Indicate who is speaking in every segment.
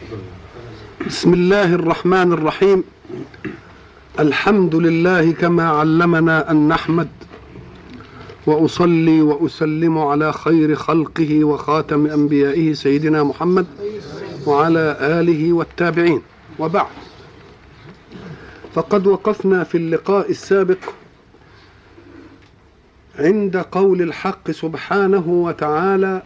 Speaker 1: بسم الله الرحمن الرحيم. الحمد لله كما علمنا أن نحمد، وأصلي وأسلم على خير خلقه وخاتم أنبيائه سيدنا محمد وعلى آله والتابعين، وبعد. فقد وقفنا في اللقاء السابق عند قول الحق سبحانه وتعالى: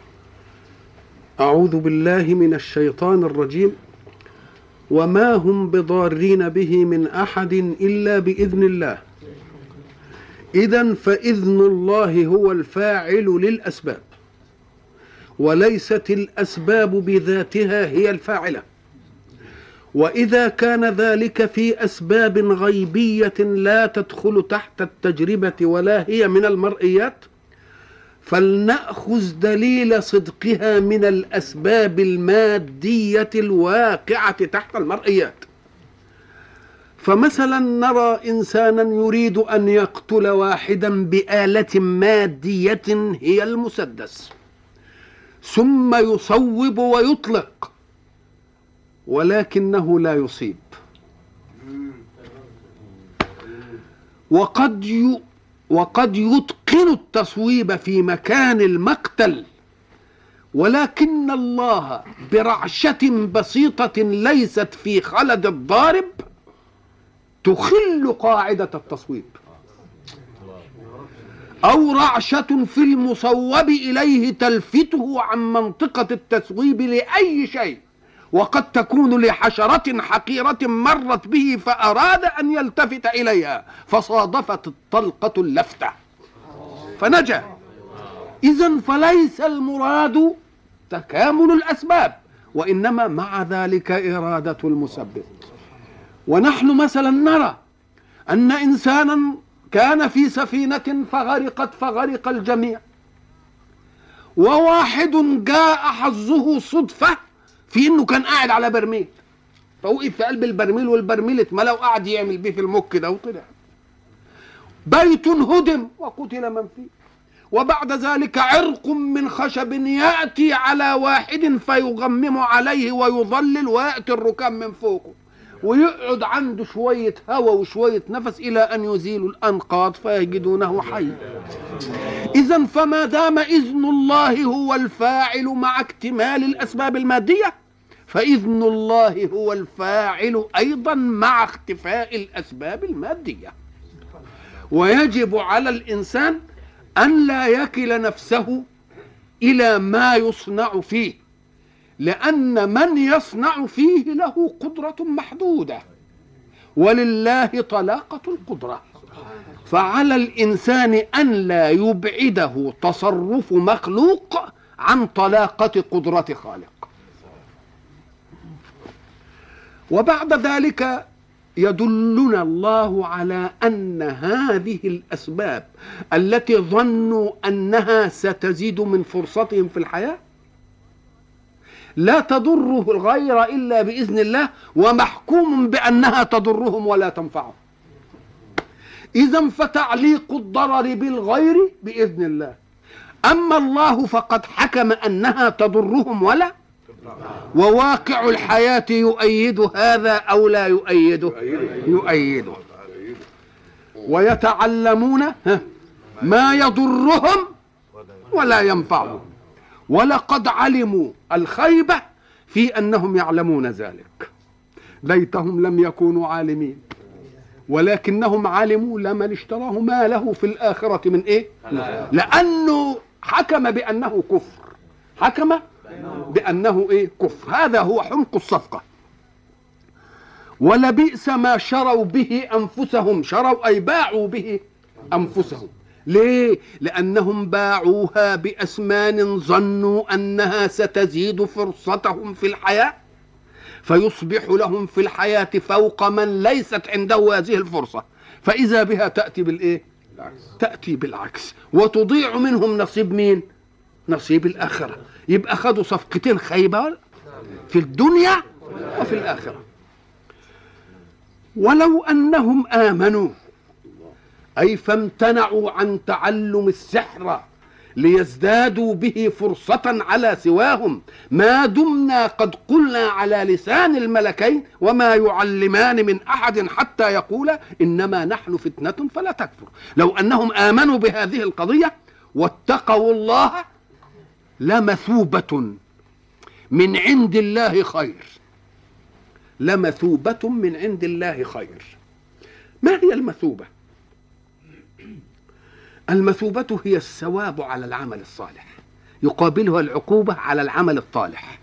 Speaker 1: أعوذ بالله من الشيطان الرجيم: وما هم بضارين به من أحد إلا بإذن الله. إذن فإذن الله هو الفاعل للأسباب، وليست الأسباب بذاتها هي الفاعلة. وإذا كان ذلك في أسباب غيبية لا تدخل تحت التجربة ولا هي من المرئيات، فلنأخذ دليل صدقها من الأسباب المادية الواقعة تحت المرئيات. فمثلا نرى إنسانا يريد أن يقتل واحدا بآلة مادية هي المسدس، ثم يصوب ويطلق، ولكنه لا يصيب. وقد يتقن التصويب في مكان المقتل، ولكن الله برعشة بسيطة ليست في خلد الضارب تخل قاعدة التصويب، أو رعشة في المصوب إليه تلفته عن منطقة التصويب لأي شيء، وقد تكون لحشرة حقيرة مرت به فأراد أن يلتفت إليها فصادفت الطلقة اللفتة فنجا. إذن فليس المراد تكامل الأسباب، وإنما مع ذلك إرادة المسبب. ونحن مثلا نرى أن إنسانا كان في سفينة فغرق الجميع، وواحد جاء حظه صدفة في انه كان قاعد على برميل، فوقف في قلب البرميل والبرميل اتملى وقعد يعمل بيه في المك ده وطلع. بيت هدم وقتل من فيه، وبعد ذلك عرق من خشب يأتي على واحد فيغمم عليه ويظلل ويأتي الركام من فوقه، ويقعد عنده شوية هواء وشوية نفس إلى أن يزيلوا الأنقاض فيجدونه حي. إذن فما دام إذن الله هو الفاعل مع اكتمال الأسباب المادية، فإذن الله هو الفاعل أيضا مع اختفاء الأسباب المادية. ويجب على الإنسان أن لا يكل نفسه إلى ما يصنع فيه، لأن من يصنع فيه له قدرة محدودة، ولله طلاقة القدرة. فعلى الإنسان أن لا يبعده تصرف مخلوق عن طلاقة قدرة خالق. وبعد ذلك يدلنا الله على أن هذه الأسباب التي ظنوا أنها ستزيد من فرصتهم في الحياة لا تضره الغير إلا بإذن الله، ومحكوم بأنها تضرهم ولا تنفعهم. إذن فتعليق الضرر بالغير بإذن الله، أما الله فقد حكم أنها تضرهم ولا، وواقع الحياة يؤيد هذا أو لا يؤيده؟ يؤيده. ويتعلمون ما يضرهم ولا ينفعهم، ولقد علموا الخيبة في أنهم يعلمون ذلك. ليتهم لم يكونوا عالمين، ولكنهم علموا لمن اشتراه ما له في الآخرة من إيه؟ لأنه حكم بأنه كفر، حكم بأنه إيه؟ كفر. هذا هو حمق الصفقة. ولبئس ما شروا به أنفسهم، شروا أي باعوا به أنفسهم. ليه؟ لأنهم باعوها بأثمان ظنوا أنها ستزيد فرصتهم في الحياة، فيصبح لهم في الحياة فوق من ليست عنده هذه الفرصة، فإذا بها تأتي بالإيه؟ تأتي بالعكس، وتضيع منهم نصيب مين؟ نصيب الآخرة. يبقى خدوا صفقتين خيبة في الدنيا وفي الآخرة. ولو أنهم آمنوا، أي فامتنعوا عن تعلم السحر ليزدادوا به فرصة على سواهم ما دمنا قد قلنا على لسان الملكين وما يعلمان من أحد حتى يقولا إنما نحن فتنة فلا تكفر. لو أنهم آمنوا بهذه القضية واتقوا الله لمثوبة من عند الله خير، لمثوبة من عند الله خير. ما هي المثوبة؟ المثوبة هي الثواب على العمل الصالح، يقابلها العقوبة على العمل الطالح.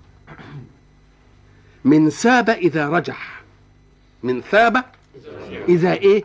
Speaker 1: من ثاب إذا رجع، من ثاب إذا إيه؟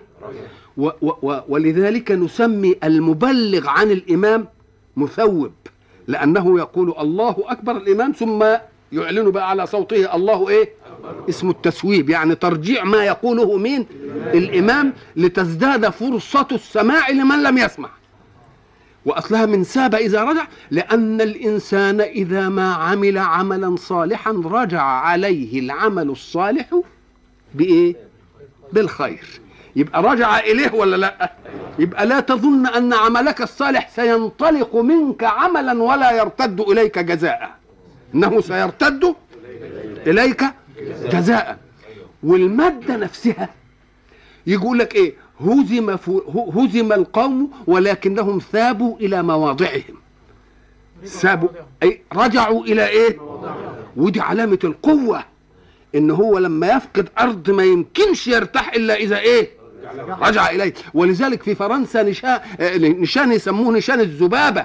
Speaker 1: ولذلك نسمي المبلغ عن الإمام مثوب، لأنه يقول الله أكبر الإمام ثم يعلن بقى على صوته الله إيه؟ اسمه التسويب، يعني ترجيع ما يقوله مين؟ الإمام، لتزداد فرصة السماع لمن لم يسمع. وأصلها من ثاب إذا رجع، لأن الإنسان إذا ما عمل عملا صالحا رجع عليه العمل الصالح بإيه؟ بالخير. يبقى رجع إليه ولا لا؟ يبقى لا تظن أن عملك الصالح سينطلق منك عملا ولا يرتد إليك جزاء، إنه سيرتد إليك جزاء. والمادة نفسها يقول لك إيه؟ هزم القوم ولكنهم ثابوا إلى مواضعهم. ثابوا أي رجعوا إلى إيه؟ ودي علامة القوة، إن هو لما يفقد أرض ما يمكنش يرتاح إلا إذا إيه؟ رجع إليه. ولذلك في فرنسا نشان يسموه نشان الذبابة،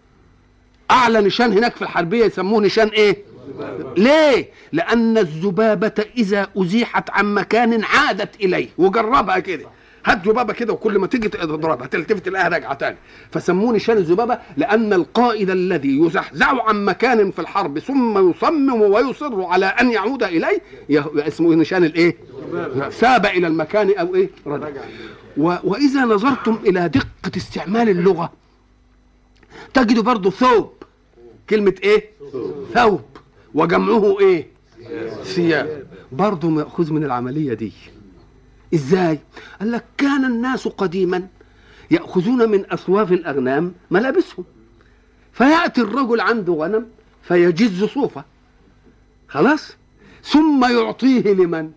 Speaker 1: أعلى نشان هناك في الحربية يسموه نشان إيه؟ ليه؟ لأن الذبابة إذا أزيحت عن مكان عادت إليه. وجربها كده، هات ذبابة كده وكل ما تيجي تضربها تلتفت تلاقيها راجعة تاني. فسموه نشان الذبابة لأن القائد الذي يزحزح عن مكان في الحرب ثم يصمم ويصر على أن يعود إليه اسمه نشان الإيه؟ ثاب إلى المكان أو إيه؟ رجع. وإذا نظرتم إلى دقة استعمال اللغة تجدوا برضو ثوب، كلمة إيه؟ ثوب، وجمعه إيه؟ ثياب، برضو مأخوذ من العملية دي. إزاي؟ قال لك كان الناس قديما يأخذون من أصواف الأغنام ملابسهم، فيأتي الرجل عنده غنم فيجز صوفه خلاص، ثم يعطيه لمن؟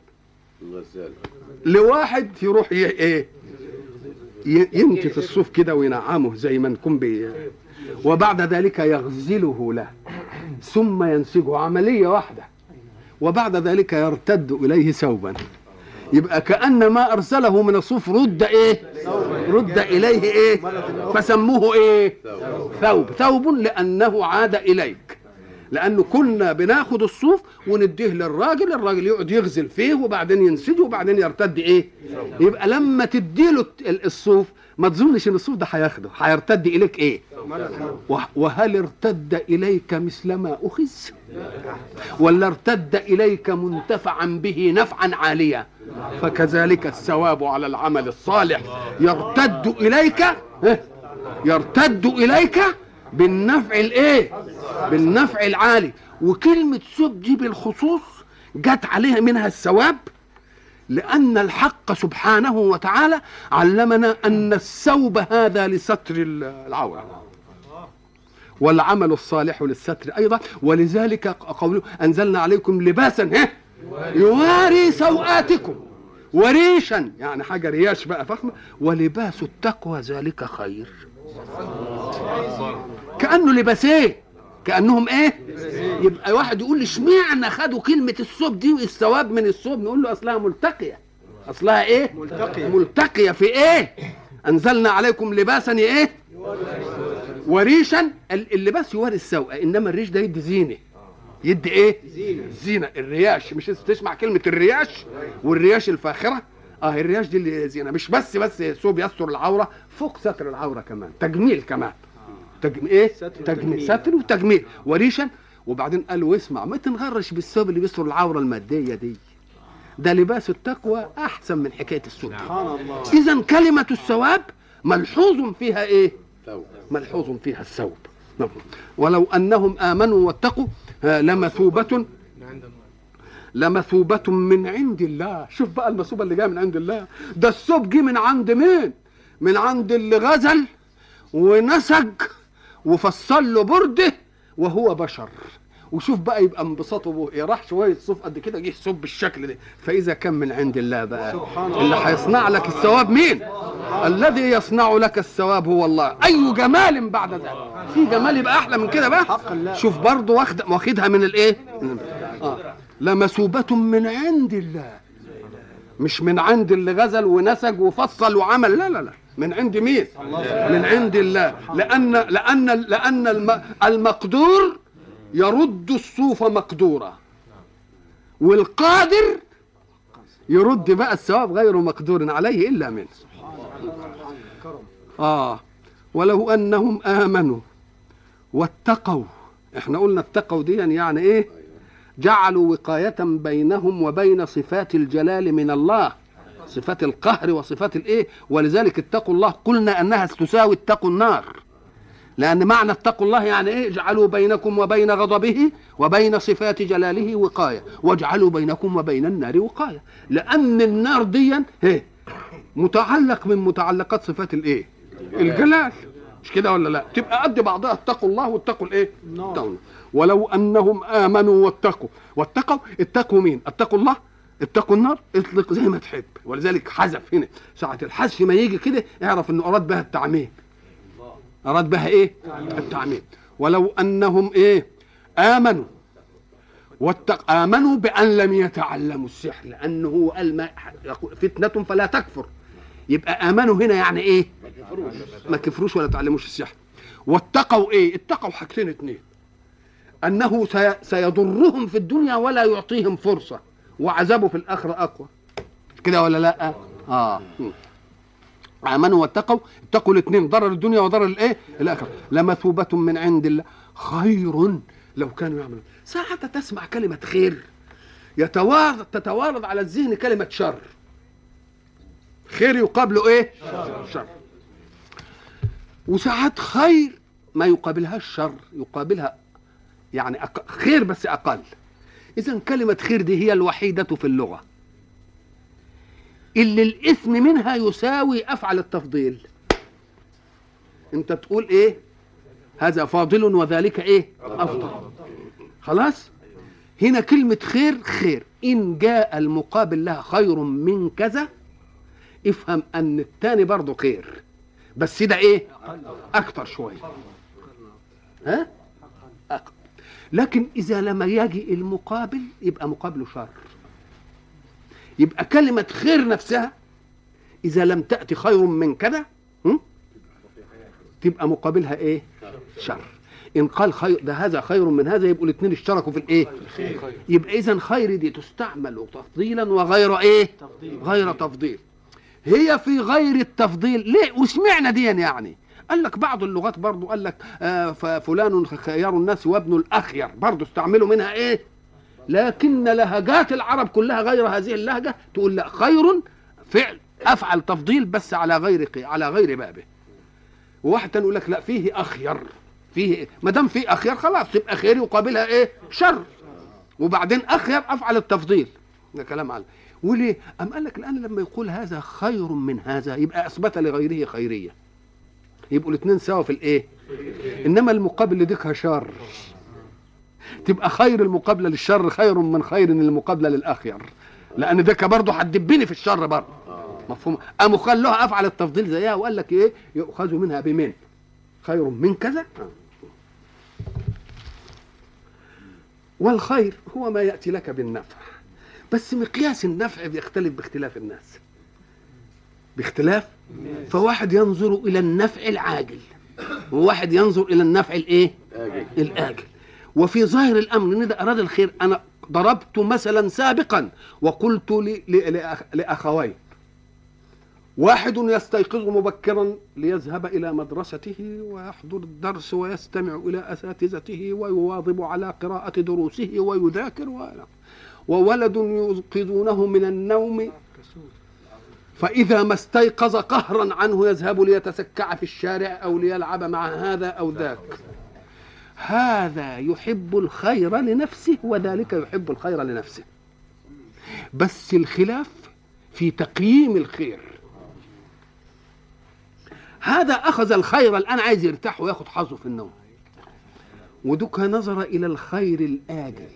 Speaker 1: لواحد يروح إيه؟ ينتف الصوف كده وينعمه زي ما نكون وبعد ذلك يغزله له ثم ينسجه، عملية واحدة، وبعد ذلك يرتد إليه ثوبا. يبقى كأن ما أرسله من الصوف رد إيه؟ رد إليه إيه؟ فسموه إيه؟ ثوب. ثوب لأنه عاد إليك، لأنه كنا بناخد الصوف ونديه للراجل، الراجل يقعد يغزل فيه وبعدين ينسجه وبعدين يرتد إيه؟ يبقى لما تديله الصوف ما تظنش ان الصوف ده هياخده، هيرتد اليك ايه؟ وهل ارتد اليك مثل ما اخذ؟ ولا ارتد اليك منتفعا به نفعا عاليا؟ فكذلك الثواب على العمل الصالح يرتد اليك، يرتد اليك بالنفع الايه؟ بالنفع العالي. وكلمه ثوب دي بالخصوص جت عليها منها الثواب، لأن الحق سبحانه وتعالى علمنا أن الثوب هذا لستر العورة، والعمل الصالح للستر أيضا. ولذلك قوله أنزلنا عليكم لباسا يواري سوآتكم وريشا، يعني حاجة رياش بقى فخمة، ولباس التقوى ذلك خير. كأنه لباسين، كأنهم ايه؟ يبقى واحد يقول لي اشمعنى خدوا كلمة الثوب دي والثواب من الثوب؟ نقول له اصلها ملتقية. اصلها ايه؟ ملتقية في ايه؟ انزلنا عليكم لباسا ايه؟ وريشا. اللباس يواري السوء، انما الريش ده يدي زينة. يدي ايه؟ زينة. الرياش، مش تسمع كلمة الرياش والرياش الفاخرة؟ الرياش دي اللي زينة، مش بس ثوب يستر العورة، فوق ستر العورة كمان تجميل، كمان ايه؟ تجميل، ستر وتجميل وريشا. وبعدين قال واسمع، ما تنغرش بالثوب اللي بيستر العوره الماديه دي، ده لباس التقوى احسن من حكايه الثوب. اذا كلمه الثواب ملحوظ فيها ايه؟ ملحوظ فيها الثوب. ولو انهم امنوا واتقوا لمثوبة من عند الله. شوف بقى المثوبه اللي جايه من عند الله، ده الثوب جه من عند مين؟ من عند اللي غزل ونسج وفصل له برده وهو بشر. وشوف بقى يبقى انبساطه به ايه، راح شويه صوف قد كده جه صوب بالشكل ده. فاذا كان من عند الله بقى اللي هيصنع لك الثواب مين؟ الذي يصنع لك الثواب هو الله. اي جمال بعد ذلك، في جمال يبقى احلى من كده بقى؟ شوف برضه واخدها من الايه؟ لمثوبة من عند الله، مش من عند اللي غزل ونسج وفصل وعمل، لا لا لا، من عند مين؟ من عند الله. لأن المقدور يرد الصوف مقدورا، والقادر يرد بقى الثواب غير مقدور عليه إلا منه. ولو أنهم آمنوا واتقوا، احنا قلنا اتقوا دي يعني ايه؟ جعلوا وقاية بينهم وبين صفات الجلال من الله، صفات القهر وصفات الايه. ولذلك اتقوا الله قلنا انها تساوي اتقوا النار، لان معنى اتقوا الله يعني ايه؟ اجعلوا بينكم وبين غضبه وبين صفات جلاله وقاية، واجعلوا بينكم وبين النار وقاية، لان النار دي متعلق من متعلقات صفات الايه؟ الجلال، مش كده ولا لا؟ تبقى قد بعضها اتقوا الله واتقوا الايه؟ النار. ولو انهم امنوا اتقوا مين؟ اتقوا الله، اتقوا النار، اطلق زي ما تحب. ولذلك حذف هنا، ساعة الحذف ما يجي كده اعرف انه اراد بها التعميم، اراد بها ايه؟ التعميم. ولو انهم ايه؟ امنوا امنوا بان لم يتعلموا السحر، لانه هو قال فتنة فلا تكفر. يبقى امنوا هنا يعني ايه؟ ما كفروش ولا تعلموش السحر. واتقوا ايه؟ اتقوا حاجتين اتنين، انه سيضرهم في الدنيا ولا يعطيهم فرصة، وعذابه في الآخرة أقوى، كده ولا لا؟ آمنوا واتقوا، اتقوا الاثنين، ضرر الدنيا وضرر الايه؟ الآخرة. لمثوبة من عند الله خير لو كانوا يعملون. ساعة تسمع كلمة خير تتوارد على الذهن كلمة شر. خير يقابله ايه؟ شر. وساعات خير ما يقابلها الشر، يقابلها يعني خير بس أقل. إذن كلمة خير دي هي الوحيدة في اللغة اللي الاسم منها يساوي أفعل التفضيل. أنت تقول إيه؟ هذا فاضل وذلك إيه؟ أفضل. خلاص؟ هنا كلمة خير خير، إن جاء المقابل لها خير من كذا افهم أن الثاني برضه خير، بس ده إيه؟ أكتر شوية. ها؟ أكتر. لكن إذا لم يجي المقابل يبقى مقابله شر. يبقى كلمة خير نفسها إذا لم تأتي خير من كذا تبقى مقابلها إيه؟ شر. إن قال خير ده هذا خير من هذا يبقوا الاثنين اشتركوا في الإيه؟ يبقى إذن خير دي تستعمل تفضيلا وغير إيه؟ غير تفضيل. هي في غير التفضيل ليه؟ وسمعنا دي يعني قال لك بعض اللغات برضو قال لك فلان خيار الناس وابن الأخير، برضو استعملوا منها إيه؟ لكن لهجات العرب كلها غير هذه اللهجة تقول لا، خير فعل أفعل تفضيل بس على غير بابه. وواحد تاني يقول لك لا فيه أخير، فيه ما دام فيه أخير خلاص تبقى خير يقابلها إيه؟ شر. وبعدين أخير أفعل التفضيل، ده كلام على وليه؟ أم قال لك الآن لما يقول هذا خير من هذا يبقى أثبت لغيره خيرية، يبقوا الاثنين سوا في الايه. انما المقابل لديكها شر، تبقى خير المقابله للشر خير من خير المقابله للاخير، لان ده برضه هتدبني في الشر برضه. مفهوم؟ قاموا خلوها افعل التفضيل زيها وقال لك ايه؟ يؤخذ منها بمن خير من كذا. والخير هو ما ياتي لك بالنفع، بس مقياس النفع بيختلف باختلاف الناس، باختلاف. فواحد ينظر الى النفع العاجل وواحد ينظر الى النفع الايه؟ الاجل. وفي ظاهر الامر ان ده اراد الخير. انا ضربت مثلا سابقا وقلت لاخوين، واحد يستيقظ مبكرا ليذهب الى مدرسته ويحضر الدرس ويستمع الى اساتذته ويواظب على قراءة دروسه ويذاكر، وولد يوقظونه من النوم فإذا ما استيقظ قهرا عنه يذهب ليتسكع في الشارع أو ليلعب مع هذا أو ذاك. هذا يحب الخير لنفسه وذلك يحب الخير لنفسه، بس الخلاف في تقييم الخير. هذا أخذ الخير الآن عايز يرتاح وياخد حظه في النوم، ودك نظر إلى الخير الآجل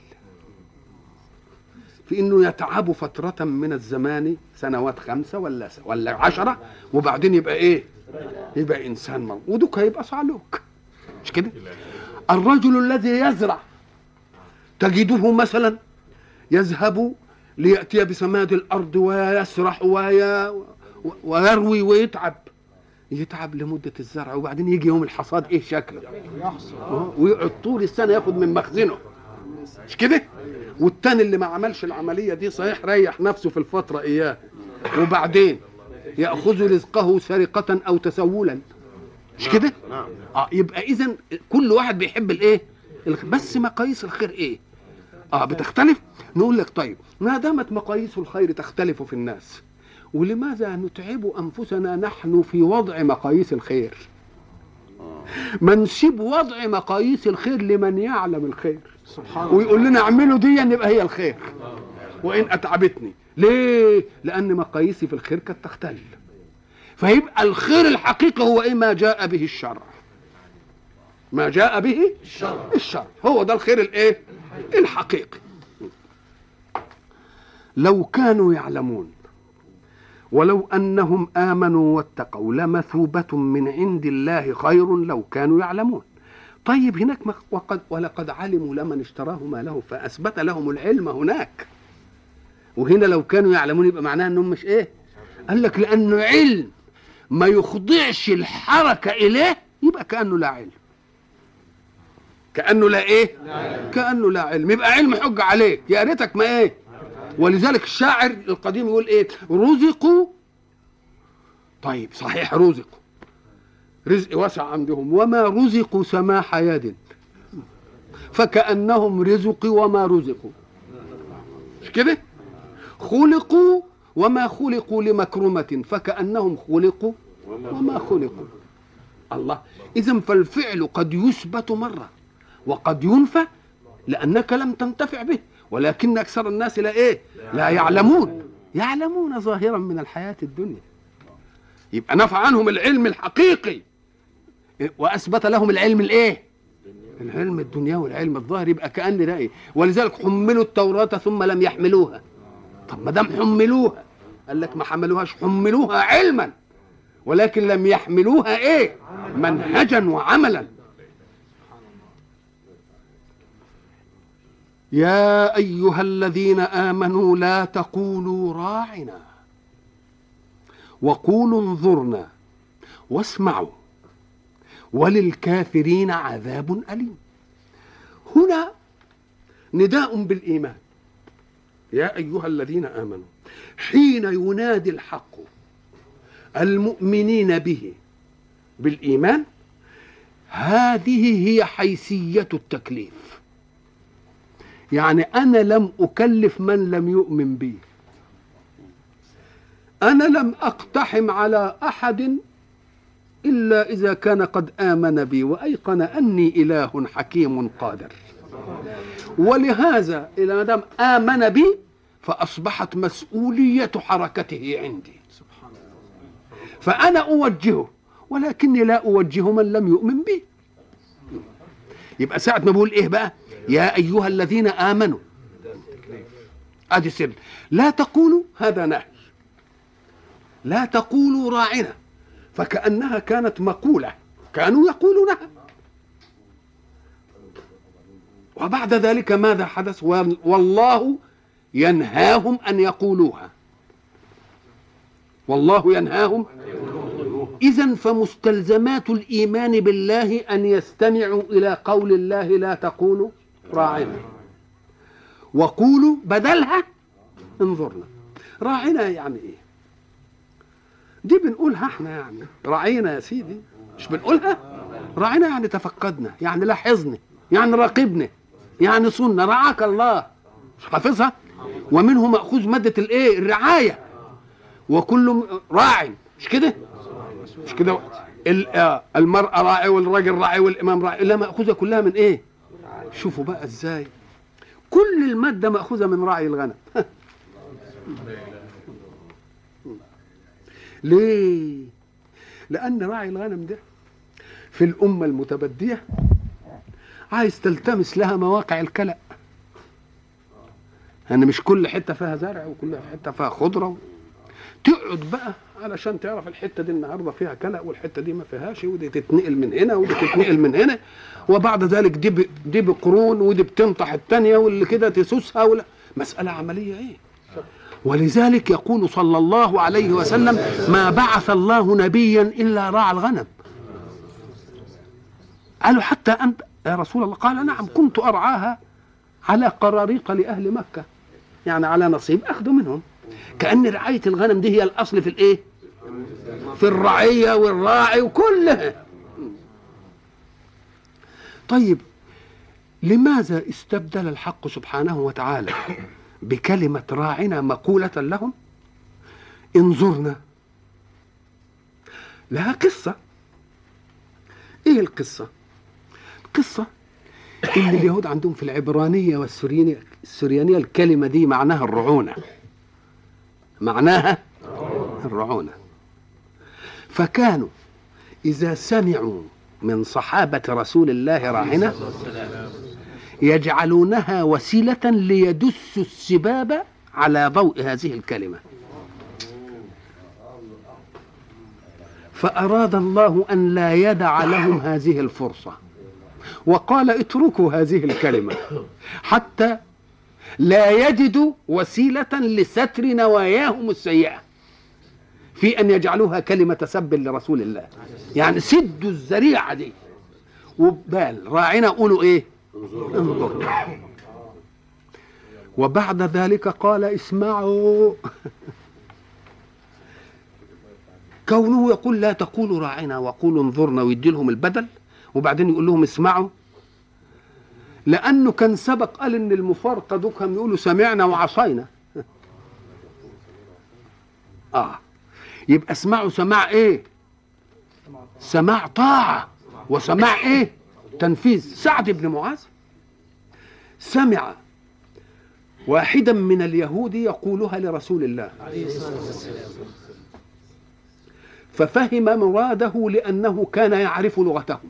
Speaker 1: في إنه يتعب فترة من الزمان، سنوات 5 ولا 10، وبعدين يبقى إيه؟ يبقى إنسان موت، ودك يبقى صعلوك، مش كده؟ الرجل الذي يزرع تجده مثلا يذهب ليأتي بسماد الأرض ويسرح ويروي ويتعب لمدة الزرع، وبعدين يجي يوم الحصاد ايه شكله؟ ويقعد طول السنة ياخد من مخزنه، مش كده؟ والتاني اللي ما عملش العملية دي صحيح ريح نفسه في الفترة اياه، وبعدين يأخذ رزقه سرقة او تسولا، مش كده؟ يبقى اذا كل واحد بيحب الايه؟ بس مقاييس الخير ايه؟ بتختلف. نقول لك طيب ما دامت مقاييس الخير تختلف في الناس، ولماذا نتعب أنفسنا نحن في وضع مقاييس الخير؟ ما نسيب وضع مقاييس الخير لمن يعلم الخير ويقول لنا اعملوا دي يبقى هي الخير، وإن أتعبتني. ليه؟ لأن مقاييسي في الخير قد تختلف، فيبقى الخير الحقيقي هو إيه؟ ما جاء به الشرع، ما جاء به الشرع هو ده الخير الإيه؟ الحقيقي. لو كانوا يعلمون ولو أنهم آمنوا واتقوا لمثوبة من عند الله خير لو كانوا يعلمون. طيب هناك ولقد علموا لمن اشتراه ما له، فأثبت لهم العلم هناك، وهنا لو كانوا يعلمون يبقى معناها أنهم مش إيه؟ قال لك لأنه علم ما يخضعش الحركة إليه يبقى كأنه لا علم، كأنه لا إيه؟ كأنه لا علم، يبقى علم حجة عليك، يا ريتك ما إيه؟ ولذلك الشاعر القديم يقول ايه؟ رزقوا، طيب صحيح رزقوا، رزق واسع عندهم، وما رزقوا سماح يد فكأنهم رزقوا وما رزقوا، مش كده؟ خلقوا وما خلقوا لمكرمة فكأنهم خلقوا وما خلقوا. الله، إذن فالفعل قد يثبت مرة وقد ينفى لأنك لم تنتفع به، ولكن أكثر الناس لا إيه؟ لا يعلمون، يعلمون ظاهرا من الحياة الدنيا، يبقى نفع عنهم العلم الحقيقي وأثبت لهم العلم الإيه؟ العلم الدنيا والعلم الظاهر، يبقى كأن ده إيه؟ ولذلك حملوا التوراة ثم لم يحملوها. طب ما دام حملوها، قال لك ما حملوهاش، حملوها علما ولكن لم يحملوها إيه؟ منهجا وعملا. يا أيها الذين آمنوا لا تقولوا راعنا وقولوا انظرنا واسمعوا وللكافرين عذاب أليم. هنا نداء بالإيمان، يا أيها الذين آمنوا، حين ينادي الحق المؤمنين به بالإيمان، هذه هي حيثية التكليف، يعني أنا لم أكلف من لم يؤمن بي، أنا لم أقتحم على أحد إلا إذا كان قد آمن بي وأيقن أني إله حكيم قادر. ولهذا إذا ما دام آمن بي فأصبحت مسؤولية حركته عندي، فأنا أوجهه ولكني لا أوجه من لم يؤمن بي. يبقى ساعة ما بقول إيه بقى؟ يا أيها الذين آمنوا، أدي سر، لا تقولوا، هذا نهي، لا تقولوا راعنا، فكأنها كانت مقولة كانوا يقولونها، وبعد ذلك ماذا حدث؟ والله ينهاهم أن يقولوها، والله ينهاهم. إذن فمستلزمات الإيمان بالله أن يستمعوا إلى قول الله لا تقولوا راعنا وقولوا بدلها انظرنا. راعنا يعني إيه؟ دي بنقولها احنا، يعني راعينا يا سيدي، مش بنقولها؟ راعنا يعني تفقدنا، يعني لاحظنا، يعني راقبنا، يعني صننا، رعاك الله، مش حافظها؟ ومنه مأخوذ مادة الايه؟ الرعاية، وكل راع، مش كده؟ مش كده؟ المرأة راعي والراجل راعي والإمام راعي، لا مأخوذة كلها من ايه؟ شوفوا بقى ازاي كل المادة مأخوذة من راعي الغنم. ليه؟ لأن راعي الغنم ده في الأمة المتبدية عايز تلتمس لها مواقع الكلأ. يعني مش كل حتة فيها زرع وكل حتة فيها خضرة، تقعد بقى علشان تعرف الحتة دي النهاردة فيها كلأ والحتة دي ما فيهاش، ودي تتنقل من هنا ودي تتنقل من هنا، وبعد ذلك دي بقرون ودي بتنطح التانية واللي كده تسوسها، ولا مسألة عملية ايه. ولذلك يقول صلى الله عليه وسلم: ما بعث الله نبيا إلا راعى الغنم. قالوا: حتى أنت يا رسول الله؟ قال: نعم، كنت أرعاها على قراريط لأهل مكة، يعني على نصيب أخذ منهم. كأن رعاية الغنم دي هي الأصل في الإيه؟ في الرعية والراعي وكلها. طيب لماذا استبدل الحق سبحانه وتعالى بكلمة راعنا مقولة لهم؟ انظرنا لها قصة. ايه القصة؟ القصة ان اليهود عندهم في العبرانية والسريانية الكلمة دي معناها الرعونة، معناها الرعونة. فكانوا إذا سمعوا من صحابة رسول الله راعنا يجعلونها وسيلة ليدسوا السباب على ضوء هذه الكلمة. فأراد الله أن لا يدع لهم هذه الفرصة، وقال: اتركوا هذه الكلمة حتى لا يجدوا وسيلة لستر نواياهم السيئة في أن يجعلوها كلمة سب لرسول الله. يعني سدوا الذريعة دي. وبال راعنا قولوا ايه؟ انظر. وبعد ذلك قال: اسمعوا. كونه يقول لا تقولوا راعنا وقولوا انظرنا ويدي لهم البدل، وبعدين يقول لهم اسمعوا، لأنه كان سبق قال ان المفارقة دوكهم يقولوا سمعنا وعصينا. يبقى اسمعوا سماع ايه؟ سماع طاعة، وسماع ايه؟ تنفيذ. سعد بن معاذ سمع واحدا من اليهود يقولها لرسول الله ففهم مراده لأنه كان يعرف لغته.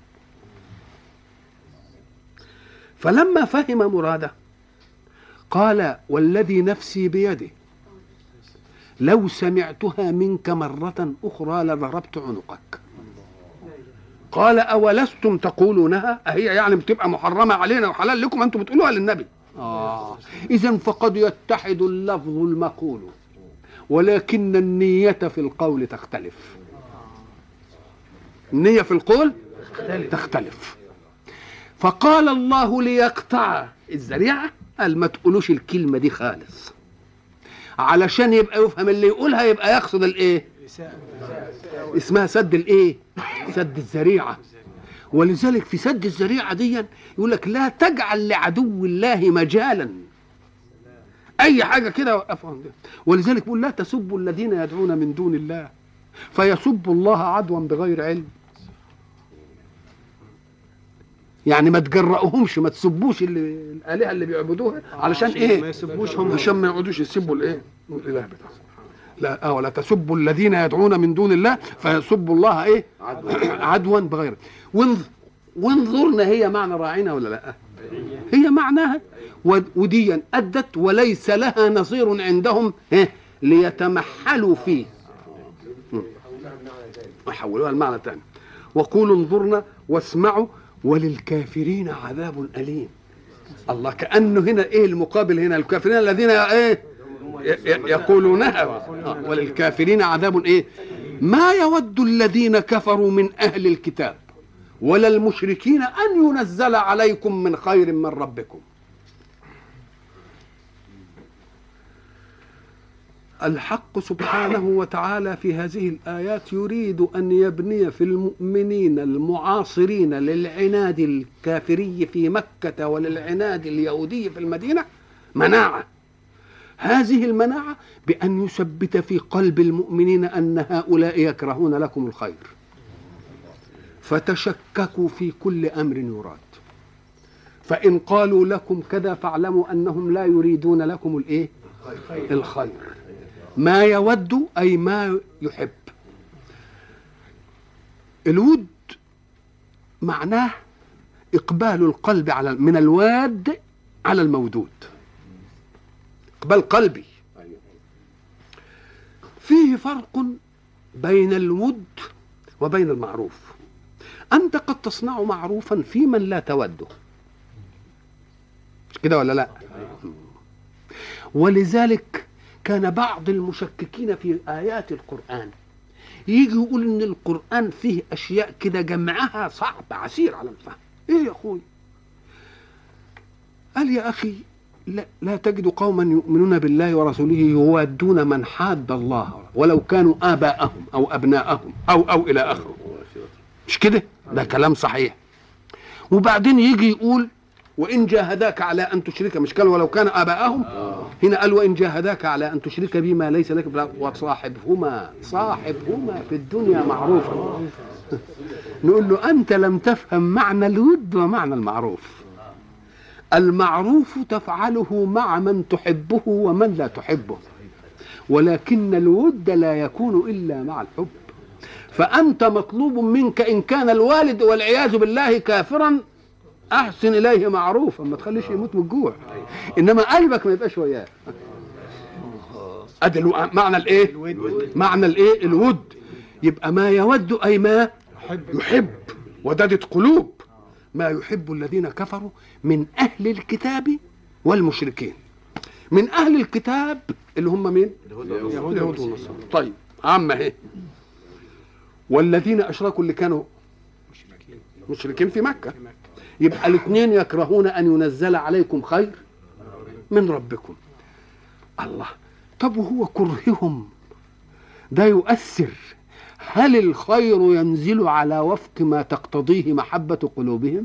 Speaker 1: فلما فهم مراده قال: والذي نفسي بيده لو سمعتها منك مرة أخرى لضربت عنقك. قال: أولستم تقولونها؟ أهي يعني بتبقى محرمة علينا وحلال لكم أنتم بتقولوها للنبي؟ إذن فقد يتحد اللفظ المقول، ولكن النية في القول تختلف. النية في القول تختلف. فقال الله ليقطع الذريعة: قال ما تقولوش الكلمة دي خالص، علشان يبقى يفهم اللي يقولها يبقى يقصد الايه؟ اسمها سد الايه؟ سد الذريعة. ولذلك في سد الذريعة دي يقول لك: لا تجعل لعدو الله مجالا. اي حاجة كده وقفهم. ولذلك يقول: لا تسبوا الذين يدعون من دون الله فيسبوا الله عدوا بغير علم. يعني ما تجرأوهمش، ما تسبوش الآلهة اللي بيعبدوها علشان ايه؟ ما يسبوشهم، عشان ما يقعدوش يسبوا الايه؟ الاله بتاعهم. لا ولا تسبوا الذين يدعون من دون الله فيسبوا الله ايه؟ عدوا بغير. وانظرنا هي معنى راعنا ولا لا؟ هي معناها. وديا أدت وليس لها نصير عندهم ليتمحلوا فيه. وحولوها المعنى الثاني: وقولوا انظرنا واسمعوا وللكافرين عذاب أليم. الله، كأنه هنا ايه المقابل؟ هنا الكافرين الذين ايه يقولونها، وللكافرين عذاب ايه. ما يود الذين كفروا من أهل الكتاب ولا المشركين أن ينزل عليكم من خير من ربكم. الحق سبحانه وتعالى في هذه الآيات يريد أن يبني في المؤمنين المعاصرين للعناد الكافري في مكة وللعناد اليهودي في المدينة مناعة. هذه المناعة بأن يثبت في قلب المؤمنين أن هؤلاء يكرهون لكم الخير، فتشككوا في كل أمر يراد. فإن قالوا لكم كذا فاعلموا أنهم لا يريدون لكم الإيه؟ الخير. ما يود أي ما يحب. الود معناه إقبال القلب على من الواد على المودود، إقبال قلبي. فيه فرق بين الود وبين المعروف. أنت قد تصنع معروفا في من لا توده، مش كده ولا لا؟ ولذلك كان بعض المشككين في آيات القرآن يجي يقول إن القرآن فيه أشياء كده جمعها صعب عسير على الفهم. إيه يا أخوي؟ قال يا أخي لا تجد قوما يؤمنون بالله ورسوله يوادون من حاد الله ولو كانوا آباءهم أو أبناءهم أو إلى آخره. مش كده؟ ده كلام صحيح. وبعدين يجي يقول وإن جاهداك على أن تشرك، مش قال ولو كان آباءهم؟ هنا قال وإن جاهداك على أن تشرك بما ليس لك وصاحبهما في الدنيا معروفا. نقول له أنت لم تفهم معنى الود ومعنى المعروف. المعروف تفعله مع من تحبه ومن لا تحبه، ولكن الود لا يكون إلا مع الحب. فأنت مطلوب منك إن كان الوالد والعياذ بالله كافرا أحسن إليه معروفا، ما تخليش يموت من الجوع، إنما قلبك ما يبقاش وياه. أدي معنى الإيه؟ معنى الإيه؟ الود. يبقى ما يود أي ما يحب، ودادة قلوب ما يحب الذين كفروا من أهل الكتاب والمشركين. من أهل الكتاب اللي هم مين؟ اليهود والنصارى. طيب عامة اهي. والذين أشركوا اللي كانوا مشركين في مكة. يبقى الاثنين يكرهون أن ينزل عليكم خير من ربكم. الله، طب وهو كرههم ده يؤثر؟ هل الخير ينزل على وفق ما تقتضيه محبة قلوبهم؟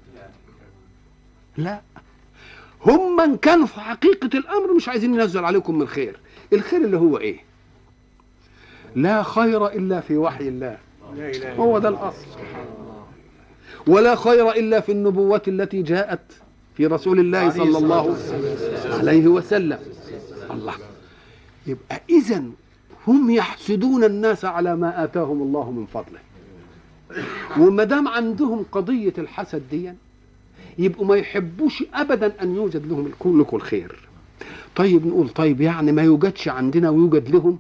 Speaker 1: لا، هم من كانوا في حقيقة الأمر مش عايزين ينزل عليكم من خير. الخير اللي هو إيه؟ لا خير إلا في وحي الله، هو ده الأصل. ولا خير إلا في النبوة التي جاءت في رسول الله صلى الله عليه وسلم. الله، يبقى إذن هم يحسدون الناس على ما آتاهم الله من فضله، وما دام عندهم قضية الحسد دي يبقوا ما يحبوش أبدا أن يوجد لهم لكم الخير. طيب نقول طيب يعني ما يوجدش عندنا ويوجد لهم؟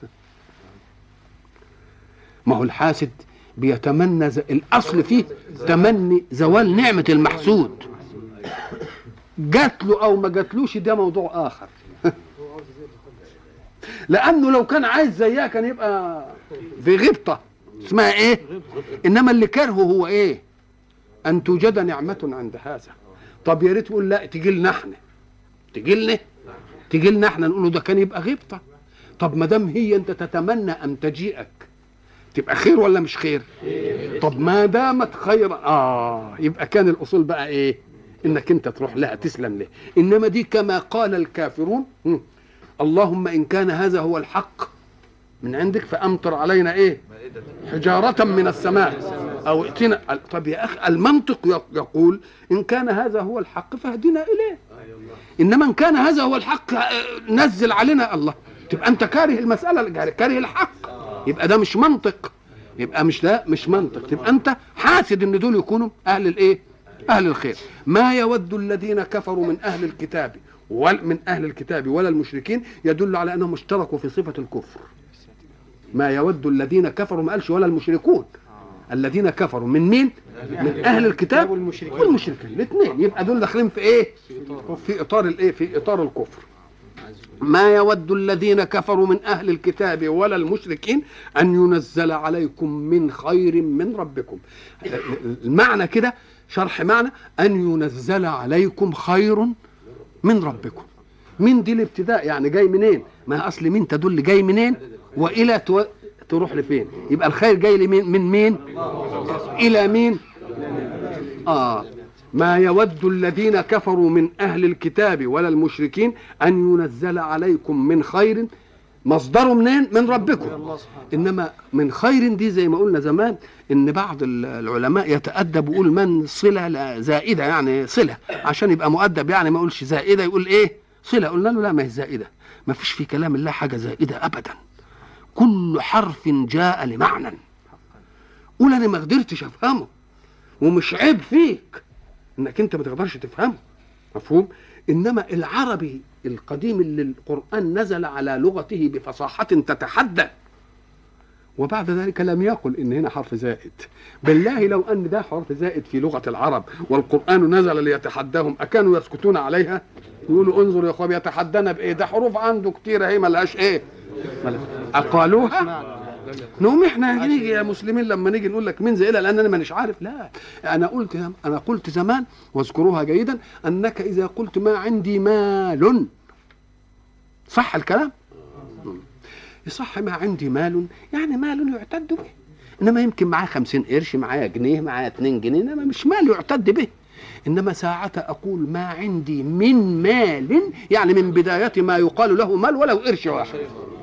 Speaker 1: ما هو الحاسد بيتمنى الأصل فيه تمني زوال نعمة المحسود، جات له أو ما جاتلوش ده موضوع آخر. لأنه لو كان عايز زيها كان يبقى في غبطة اسمها إيه؟ إنما اللي كرهه هو إيه؟ أن توجد نعمة عند هذا. طب يا ريت يقول لا تجي لنا احنا، تجي لنا احنا، نقول له ده كان يبقى غبطة. طب ما دام هي أنت تتمنى أن تجيئك تبقى خير ولا مش خير؟ طب ما دامت خيرا يبقى كان الأصول بقى إيه؟ إنك أنت تروح لها تسلم له. إنما دي كما قال الكافرون اللهم إن كان هذا هو الحق من عندك فأمطر علينا إيه؟ حجارة من السماء أو ائتنا. طب يا أخي المنطق يقول إن كان هذا هو الحق فاهدنا إليه، إنما إن كان هذا هو الحق نزل علينا. الله، تبقى أنت كاره المسألة، كاره الحق، يبقى ده مش منطق، يبقى مش منطق، تبقى أنت حاسد إن دول يكونوا أهل الإيه؟ أهل الخير. ما يود الذين كفروا من أهل الكتاب ولا المشركين يدل على أنهم اشتركوا في صفة الكفر. ما يود الذين كفروا، ما قالش ولا المشركون، الذين كفروا من مين؟ من أهل الكتاب والمشركين الاثنين، يبقى دول داخلين في إيه؟ في إطار الإيه؟ في إطار الكفر. ما يود الذين كفروا من أهل الكتاب ولا المشركين أن ينزل عليكم من خير من ربكم. المعنى كده شرح معنى أن ينزل عليكم خير من ربكم. من دي الابتداء، يعني جاي منين؟ ما أصل من تدل جاي منين وإلى تروح لفين. يبقى الخير جاي لمين؟ من مين إلى مين؟ ما يود الذين كفروا من أهل الكتاب ولا المشركين أن ينزل عليكم من خير، مصدره منين؟ من ربكم. إنما من خير دي زي ما قلنا زمان إن بعض العلماء يتأدب ويقول من صلة زائدة، يعني صلة عشان يبقى مؤدب، يعني ما يقولش زائدة يقول إيه؟ صلة. قلنا له لا، ما هي زائدة، ما فيش في كلام الله حاجة زائدة أبدا، كل حرف جاء لمعنى. قول انا ما قدرتش افهمه، ومش عيب فيك انك انت ما تقدرش تفهمه، مفهوم؟ انما العربي القديم اللي القرآن نزل على لغته بفصاحة تتحدى، وبعد ذلك لم يقل ان هنا حرف زائد. بالله لو ان ده حرف زائد في لغة العرب والقرآن نزل ليتحداهم اكانوا يسكتون عليها؟ يقولوا انظر يا اخويا بيتحدانا بايه؟ ده حروف عنده كتير اهي ملهاش ايه؟ اقالوها. نقوم احنا نيجي يا مسلمين لما نيجي نقول لك من زائله لان انا مانيش عارف، لا انا قلت زمان واذكروها جيدا انك اذا قلت ما عندي مال، صح الكلام؟ يصح ما عندي مال، يعني مال يعتد به، انما يمكن معاه 50 قرش، معايا جنيه، معايا 2 جنيه، انما مش مال يعتد به. انما ساعة اقول ما عندي من مال، يعني من بداية ما يقال له مال ولو قرش واحد.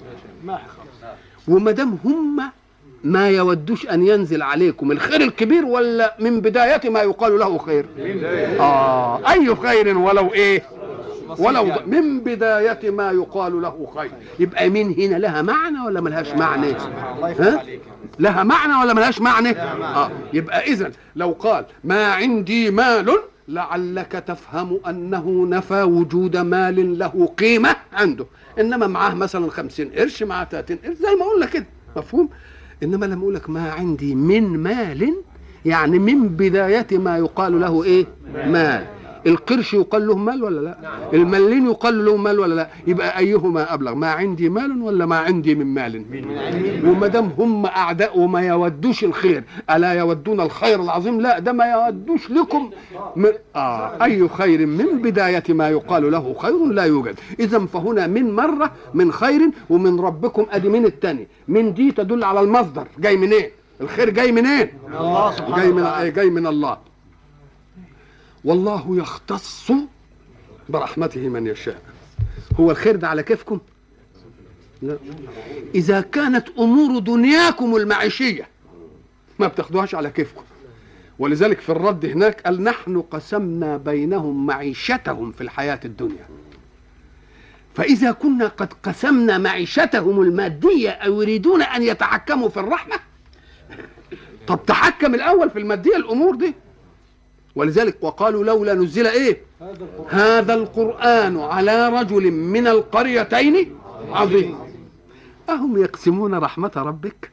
Speaker 1: وما دام هم ما يودوش ان ينزل عليكم الخير الكبير، ولا من بداية ما يقال له خير؟ اي خير ولو ايه؟ ولو من بداية ما يقال له خير. يبقى من هنا لها معنى ولا ملهاش معنى؟ ها؟ لها معنى ولا ملهاش معنى؟ يبقى إذن لو قال ما عندي مال لعلك تفهم أنه نفى وجود مال له قيمة عنده، إنما معاه مثلا 50 قرش، معاه 30 قرش، زي ما أقول لك كده، مفهوم؟ إنما لما أقول لك ما عندي من مال، يعني من بداية ما يقال له إيه؟ مال. القرش يقال له مال ولا لا؟ الملين يقال له مال ولا لا؟ يبقى ايهما ابلغ، ما عندي مال ولا ما عندي من مال؟ وما دام هم اعداء وما يودوش الخير، الا يودون الخير العظيم؟ لا، ده ما يودوش لكم اي خير من بدايه ما يقال له خير لا يوجد. اذا فهنا من مره من خير، ومن ربكم ادي من الثاني، من دي تدل على المصدر، جاي منين؟ الخير جاي منين؟ الله سبحانه، جاي من الله. والله يختص برحمته من يشاء. هو الخير ده على كيفكم؟ لا. إذا كانت أمور دنياكم المعيشية ما بتاخدوهاش على كيفكم، ولذلك في الرد هناك قال نحن قسمنا بينهم معيشتهم في الحياة الدنيا. فإذا كنا قد قسمنا معيشتهم المادية أو يريدون أن يتحكموا في الرحمة، طب تحكم الأول في المادية الأمور دي. ولذلك وقالوا لولا نزل ايه؟ هذا القرآن على رجل من القريتين عظيم. أهم يقسمون رحمة ربك؟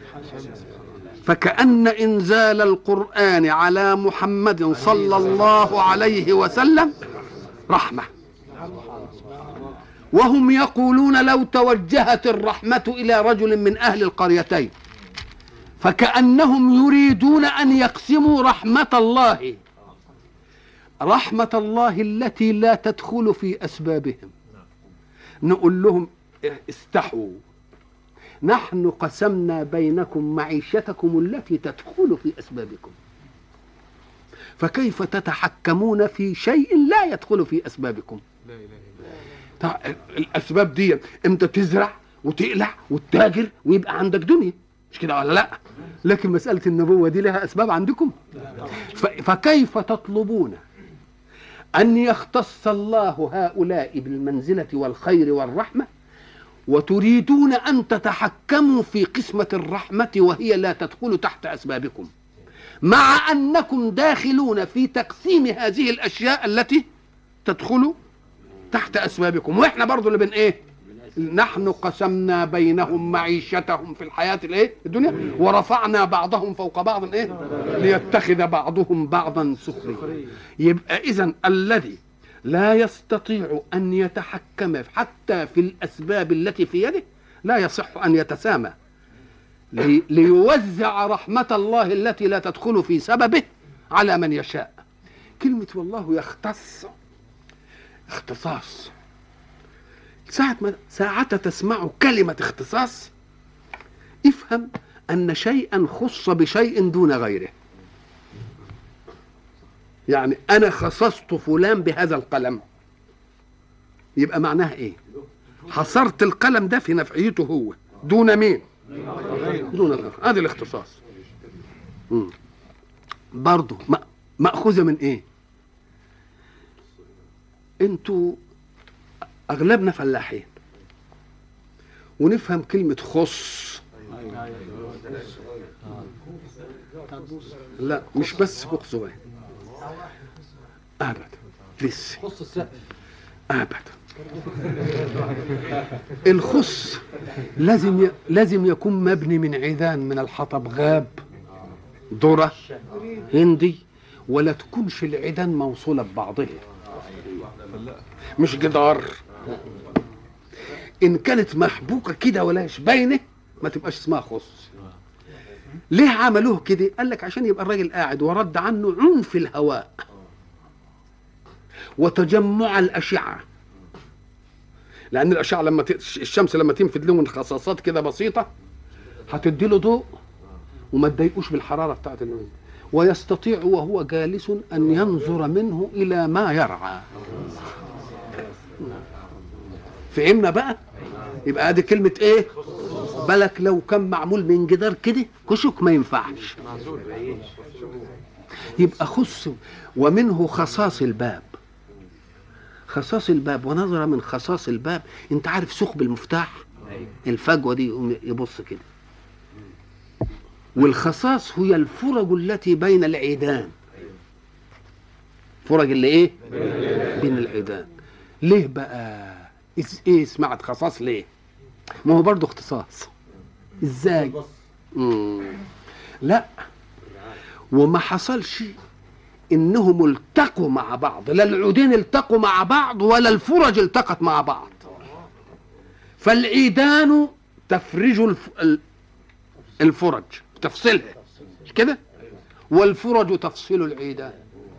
Speaker 1: فكأن إنزال القرآن على محمد صلى الله عليه وسلم رحمة، وهم يقولون لو توجهت الرحمة إلى رجل من أهل القريتين، فكأنهم يريدون أن يقسموا رحمة الله، رحمة الله التي لا تدخل في أسبابهم. نقول لهم استحوا، نحن قسمنا بينكم معيشتكم التي تدخل في أسبابكم، فكيف تتحكمون في شيء لا يدخل في أسبابكم؟ الأسباب دي امتى تزرع وتقلع وتتاجر ويبقى عندك دنيا، مش كده ولا لا؟ لكن مسألة النبوة دي لها أسباب عندكم، فكيف تطلبون أن يختص الله هؤلاء بالمنزلة والخير والرحمة، وتريدون أن تتحكموا في قسمة الرحمة وهي لا تدخل تحت أسبابكم، مع أنكم داخلون في تقسيم هذه الأشياء التي تدخل تحت أسبابكم، وإحنا برضو اللي إيه؟ نحن قسمنا بينهم معيشتهم في الحياة الايه الدنيا ورفعنا بعضهم فوق بعض ايه ليتخذ بعضهم بعضا سخريا. يبقى اذن الذي لا يستطيع ان يتحكم حتى في الاسباب التي في يده لا يصح ان يتسامى ليوزع رحمة الله التي لا تدخل في سببه على من يشاء. كلمة والله يختص اختصاص، ساعة تسمع كلمة اختصاص افهم أن شيئا خص بشيء دون غيره. يعني أنا خصصت فلان بهذا القلم، يبقى معناها إيه؟ حصرت القلم ده في نفعيته هو دون مين؟ دون الآخر. هذا الاختصاص. برضو مأخوذة من إيه؟ أنتوا أغلبنا فلاحين ونفهم كلمة خص، لا مش بس فوق صغير ابدا، لسه
Speaker 2: خص السقف
Speaker 1: ابدا. الخص لازم يكون مبني من عيدان من الحطب، غاب، ذره، هندي، ولا تكونش العيدان موصوله ببعضها، مش جدار. ان كانت محبوكه كده ولاش باينه ما تبقاش اسمها خص. ليه عملوه كده؟ قال لك عشان يبقى الراجل قاعد ورد عنه عنف الهواء وتجمع الاشعه، لان الاشعه لما الشمس لما تنفذ له انخصاصات كده بسيطه هتدي له ضوء وما تضايقوش بالحراره بتاعت النوم، ويستطيع وهو جالس ان ينظر منه الى ما يرعى. فهمنا بقى؟ يبقى ادي كلمه ايه؟ بالك لو كان معمول من جدار كده كشك ما ينفعش، يبقى خص. ومنه خصاص الباب، خصاص الباب، ونظر من خصاص الباب. انت عارف ثقب المفتاح الفجوه دي يبص كده، والخصاص هي الفرج التي بين العيدان، فرج اللي ايه بين العيدان. ليه بقى ايه سمعت خصاص ليه؟ ما هو برضه اختصاص. ازاي؟ لا، وما حصلش انهم التقوا مع بعض، لا العودين التقوا مع بعض ولا الفرج التقت مع بعض. فالعيدان تفرج الفرج، تفصلها، مش كده؟ والفرج تفصل العيدان.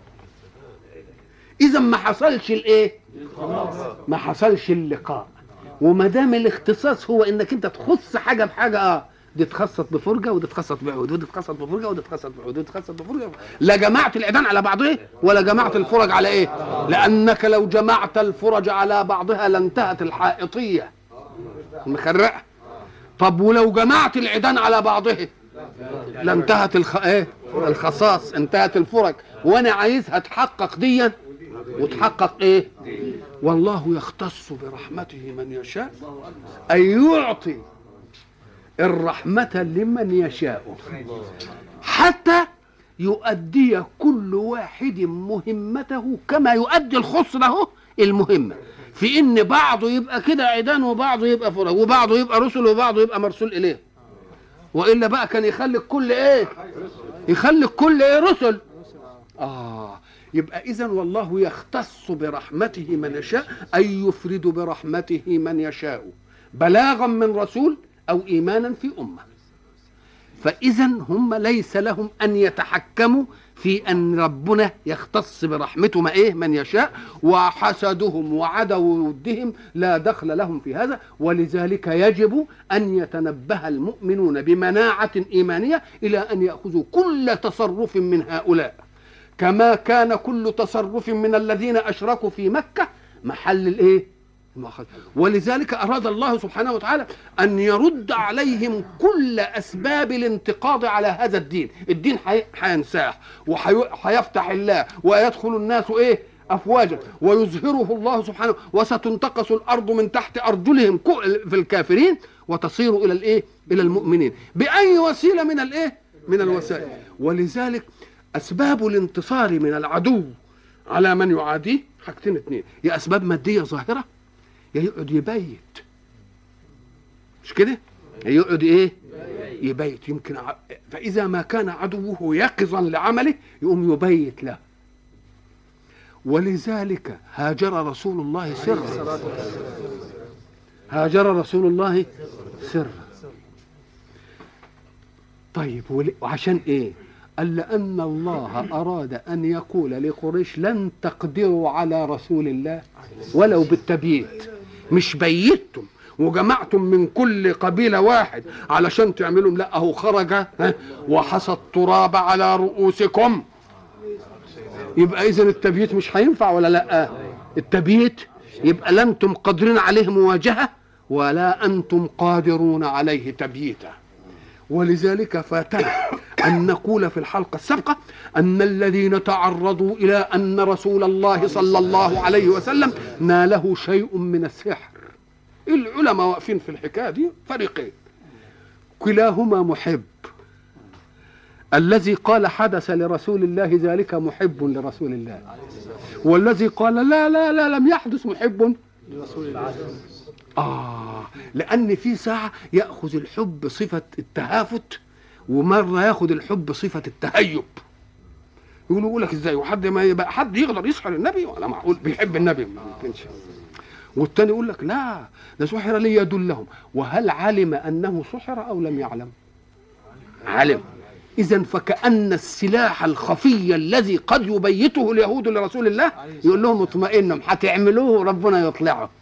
Speaker 1: اذا ما حصلش الايه؟ ما حصلش اللقاء. وما دام الاختصاص هو انك انت تخص حاجه بحاجه، دي تخصص بفرجه ودي تخصص بعود ودي تخصص بفرجه ودي تخصص بعود ودي تخصص بفرجه، لا جمعت العيدان على بعضها ولا جمعت الفرج على ايه؟ لانك لو جمعت الفرج على بعضها لانتهت الحائطيه مخرقه. طب ولو جمعت العيدان على بعضها لانتهت ايه؟ الخصاص، انتهت الفرج. وانا عايزها تحقق ديا وتحقق ايه؟ والله يختص برحمته من يشاء، أي يعطي الرحمة لمن يشاء حتى يؤدي كل واحد مهمته كما يؤدي الخص له المهمة، في إن بعضه يبقى كده عيدان وبعضه يبقى فرج وبعضه يبقى رسل وبعضه يبقى مرسول إليه. وإلا بقى كان يخلي الكل إيه؟ يخلي الكل إيه؟ رسل. يبقى إذن والله يختص برحمته من يشاء، أي يفرد برحمته من يشاء بلاغا من رسول أو إيمانا في أمة. فإذن هم ليس لهم أن يتحكموا في أن ربنا يختص برحمته ما إيه؟ من يشاء، وحسدهم وعدو ودهم لا دخل لهم في هذا. ولذلك يجب أن يتنبه المؤمنون بمناعة إيمانية إلى أن يأخذوا كل تصرف من هؤلاء، كما كان كل تصرف من الذين أشركوا في مكة محل الإيه؟ ولذلك أراد الله سبحانه وتعالى أن يرد عليهم كل أسباب الانتقاض على هذا الدين. الدين هينساح وهيفتح الله ويدخل الناس إيه؟ أفواجا، ويظهره الله سبحانه، وستنتقص الأرض من تحت أرجلهم في الكافرين وتصير إلى الإيه؟ إلى المؤمنين بأي وسيلة من الإيه؟ من الوسائل. ولذلك أسباب الانتصار من العدو على من يعاديه حاجتين اتنين، يا أسباب مادية ظاهرة يا يقعد يبيت، مش كده؟ يا يقعد إيه؟ يبيت. يمكن فإذا ما كان عدوه يقظا لعمله يقوم يبيت له. ولذلك هاجر رسول الله سرا، هاجر رسول الله سرا. طيب وعشان إيه؟ قال لأن الله أراد أن يقول لقريش لن تقدروا على رسول الله ولو بالتبييت. مش بيتم وجمعتم من كل قبيلة واحد علشان تعملوا، لا هو خرج وحصى التراب على رؤوسكم. يبقى إذن التبييت مش هينفع ولا لا؟ التبييت يبقى لا أنتم قادرين عليه مواجهة ولا أنتم قادرون عليه تبييتا. ولذلك فاتنا أن نقول في الحلقة السابقة أن الذين تعرضوا إلى أن رسول الله صلى الله عليه وسلم ناله شيء من السحر، العلماء واقفين في الحكاية دي فريقين، كلاهما محب. الذي قال حدث لرسول الله ذلك محب لرسول الله، والذي قال لا لا لا لم يحدث محب لرسول الله. لأن في ساعة يأخذ الحب صفة التهافت، ومرة يأخذ الحب صفة التهيب. يقول لك ازاي وحد ما يبقى حد يقدر يسحر النبي؟ ولا معقول بيحب النبي؟ ما يمكنش. والتاني يقول لك لا ده سحر ليدلهم. وهل علم أنه سحر أو لم يعلم؟ علم. إذن فكأن السلاح الخفي الذي قد يبيته اليهود لرسول الله يقول لهم اطمئنوا هتعملوه ربنا يطلعه.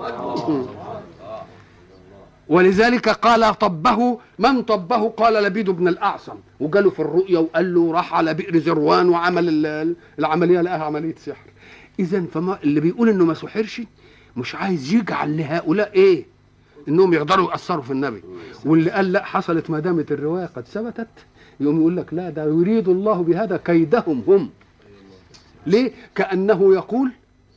Speaker 1: ولذلك قال طبه من طبه؟ قال لبيد بن الأعصم، وجاله في الرؤيا وقال له راح على بئر زروان وعمل العملية لقاها عملية سحر. إذن فما اللي بيقول إنه ما سحرش مش عايز يجعل لهؤلاء إيه؟ إنهم يقدروا يأثروا في النبي. واللي قال لا حصلت ما دامت الرواية قد ثبتت يقوم يقول لك لا ده يريد الله بهذا كيدهم هم. ليه؟ كأنه يقول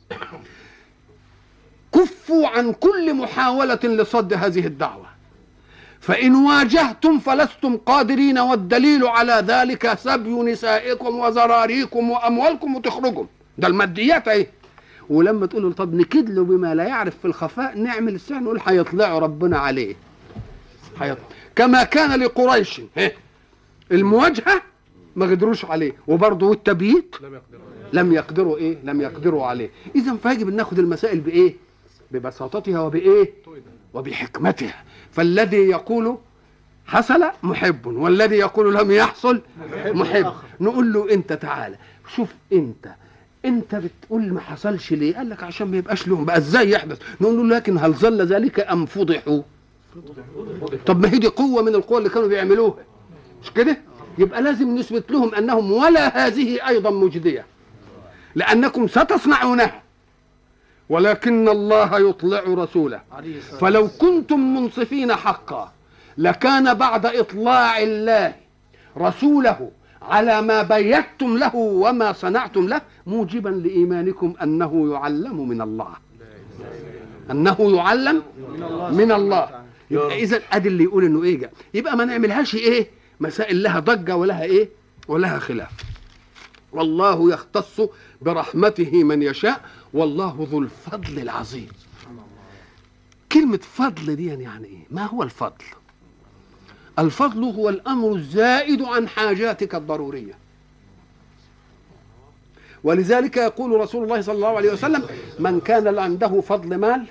Speaker 1: كفوا عن كل محاولة لصد هذه الدعوة، فإن واجهتم فلستم قادرين، والدليل على ذلك سبي نسائكم وزراريكم وأموالكم وتخرجوا. ده الماديات اهي. ولما تقولوا طب نكد له بما لا يعرف في الخفاء نعمل السحر، نقول هيطلعوا ربنا عليه. كما كان لقريش المواجهة ما قدروش عليه، وبرضه التبييت لم يقدروا ايه؟ لم يقدروا عليه. اذا فيجب ان ناخذ المسائل بايه؟ ببساطتها وبايه؟ وبحكمتها. فالذي يقول حصل محب، والذي يقول لم يحصل محب. نقول له انت تعالى شوف انت بتقول ما حصلش ليه؟ قال لك عشان ما يبقاش لهم بقى ازاي يحدث. نقول له لكن هل ظل ذلك ام فضحوا؟ طب ما هي دي قوه من القوى اللي كانوا بيعملوها، مش كده؟ يبقى لازم نثبت لهم انهم ولا هذه ايضا مجديه، لانكم ستصنعونها ولكن الله يطلع رسوله. فلو كنتم منصفين حقا لكان بعد اطلاع الله رسوله على ما بيتم له وما صنعتم له موجبا لايمانكم انه يعلم من الله، انه يعلم من الله. يبقى اذا ادي اللي يقول انه ايه، يبقى ما نعملهاش ايه مسائل لها ضجه ولها ايه ولها خلاف. والله يختص برحمته من يشاء والله ذو الفضل العظيم. كلمه فضل دي يعني ايه؟ ما هو الفضل؟ الفضل هو الامر الزائد عن حاجاتك الضروريه. ولذلك يقول رسول الله صلى الله عليه وسلم من كان عنده فضل مال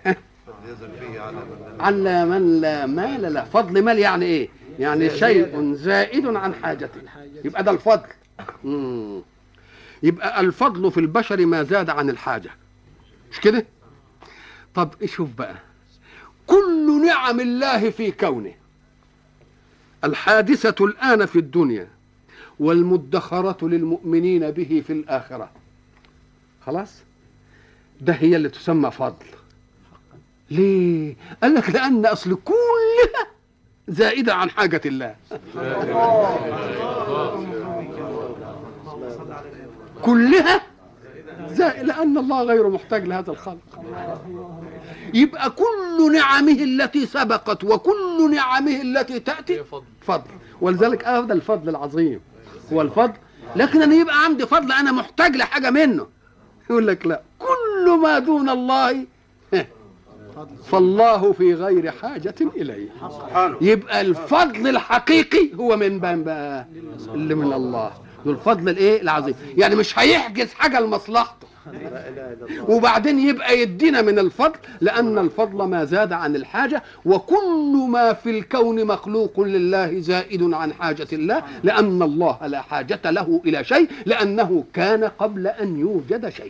Speaker 1: على من لا مال له. فضل مال يعني ايه؟ يعني شيء زائد عن حاجته، يبقى ده الفضل. يبقى الفضل في البشر ما زاد عن الحاجة، مش كده؟ طب شوف بقى كل نعم الله في كونه الحادثة الآن في الدنيا والمدخرة للمؤمنين به في الآخرة، خلاص ده هي اللي تسمى فضل. ليه؟ قال لك لأن أصل كلها زائدة عن حاجة الله. كلها زائد لأن الله غير محتاج لهذا الخلق. يبقى كل نعمه التي سبقت وكل نعمه التي تأتي فضل. ولذلك هذا الفضل العظيم هو الفضل. لكن أنا يبقى عندي فضل أنا محتاج لحاجة منه، يقول لك لا، كل ما دون الله فالله في غير حاجة إليه. يبقى الفضل الحقيقي هو من بقى اللي من الله، الفضل الايه العظيم. يعني مش هيحجز حاجة لمصلحته وبعدين يبقى يدينا من الفضل، لأن الفضل ما زاد عن الحاجة، وكل ما في الكون مخلوق لله زائد عن حاجة الله، لأن الله لا حاجة له إلى شيء، لأنه كان قبل أن يوجد شيء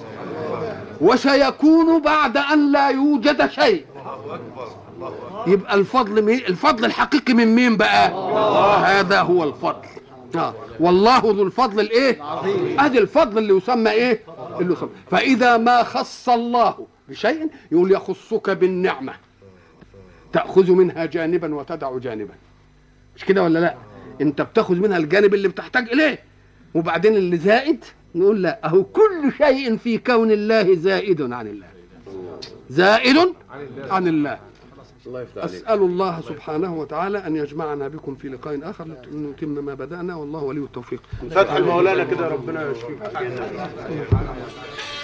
Speaker 1: وسيكون بعد أن لا يوجد شيء. يبقى الفضل الحقيقي من مين بقى؟ هذا هو الفضل. والله ذو الفضل الايه؟ ادي الفضل اللي يسمى ايه؟ اللي يسمى. فاذا ما خص الله بشيء يقول يخصك بالنعمه، تاخذ منها جانبا وتدع جانبا، مش كده ولا لا؟ انت بتاخذ منها الجانب اللي بتحتاج اليه، وبعدين اللي زائد نقول لا، اهو كل شيء في كون الله زائد عن الله، زائد عن الله. أسأل الله سبحانه وتعالى أن يجمعنا بكم في لقاء آخر لنتم ما بدأنا، والله ولي التوفيق.
Speaker 2: فتح المولانا كده ربنا يشفيك.